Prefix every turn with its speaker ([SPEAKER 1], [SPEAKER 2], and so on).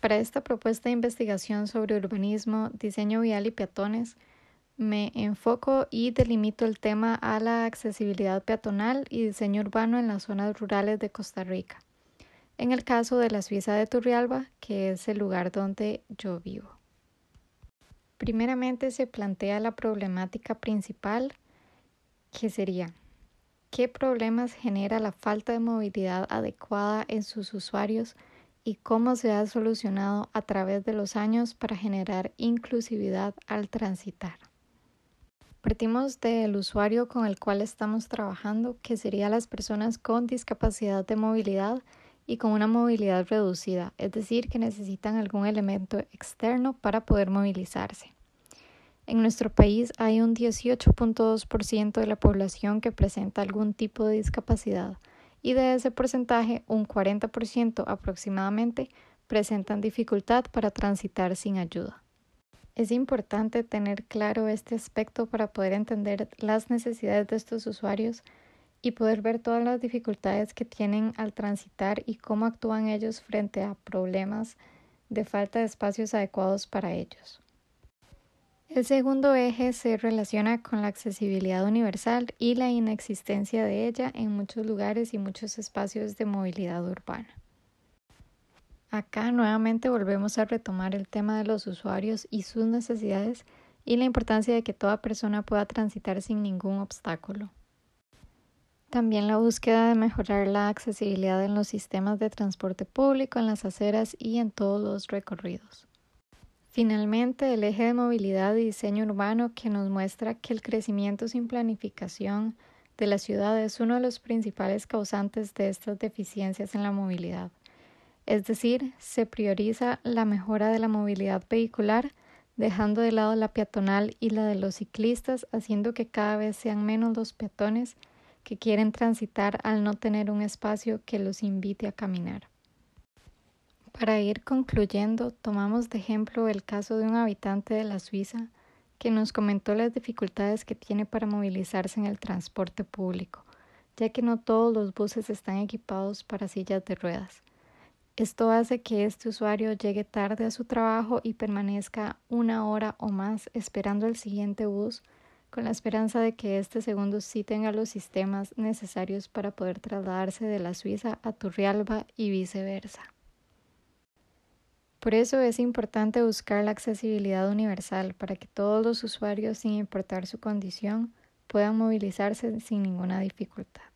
[SPEAKER 1] Para esta propuesta de investigación sobre urbanismo, diseño vial y peatones, me enfoco y delimito el tema a la accesibilidad peatonal y diseño urbano en las zonas rurales de Costa Rica. En el caso de la Suiza de Turrialba, que es el lugar donde yo vivo. Primeramente se plantea la problemática principal, que sería: ¿qué problemas genera la falta de movilidad adecuada en sus usuarios y cómo se ha solucionado a través de los años para generar inclusividad al transitar? Partimos del usuario con el cual estamos trabajando, que serían las personas con discapacidad de movilidad y con una movilidad reducida, es decir, que necesitan algún elemento externo para poder movilizarse. En nuestro país hay un 18.2% de la población que presenta algún tipo de discapacidad y de ese porcentaje un 40% aproximadamente presentan dificultad para transitar sin ayuda. Es importante tener claro este aspecto para poder entender las necesidades de estos usuarios y poder ver todas las dificultades que tienen al transitar y cómo actúan ellos frente a problemas de falta de espacios adecuados para ellos. El segundo eje se relaciona con la accesibilidad universal y la inexistencia de ella en muchos lugares y muchos espacios de movilidad urbana. Acá nuevamente volvemos a retomar el tema de los usuarios y sus necesidades y la importancia de que toda persona pueda transitar sin ningún obstáculo. También la búsqueda de mejorar la accesibilidad en los sistemas de transporte público, en las aceras y en todos los recorridos. Finalmente, el eje de movilidad y diseño urbano, que nos muestra que el crecimiento sin planificación de la ciudad es uno de los principales causantes de estas deficiencias en la movilidad. Es decir, se prioriza la mejora de la movilidad vehicular, dejando de lado la peatonal y la de los ciclistas, haciendo que cada vez sean menos los peatones que quieren transitar al no tener un espacio que los invite a caminar. Para ir concluyendo, tomamos de ejemplo el caso de un habitante de la Suiza que nos comentó las dificultades que tiene para movilizarse en el transporte público, ya que no todos los buses están equipados para sillas de ruedas. Esto hace que este usuario llegue tarde a su trabajo y permanezca 1 hora o más esperando el siguiente bus, con la esperanza de que este segundo sí tenga los sistemas necesarios para poder trasladarse de la Suiza a Turrialba y viceversa. Por eso es importante buscar la accesibilidad universal para que todos los usuarios, sin importar su condición, puedan movilizarse sin ninguna dificultad.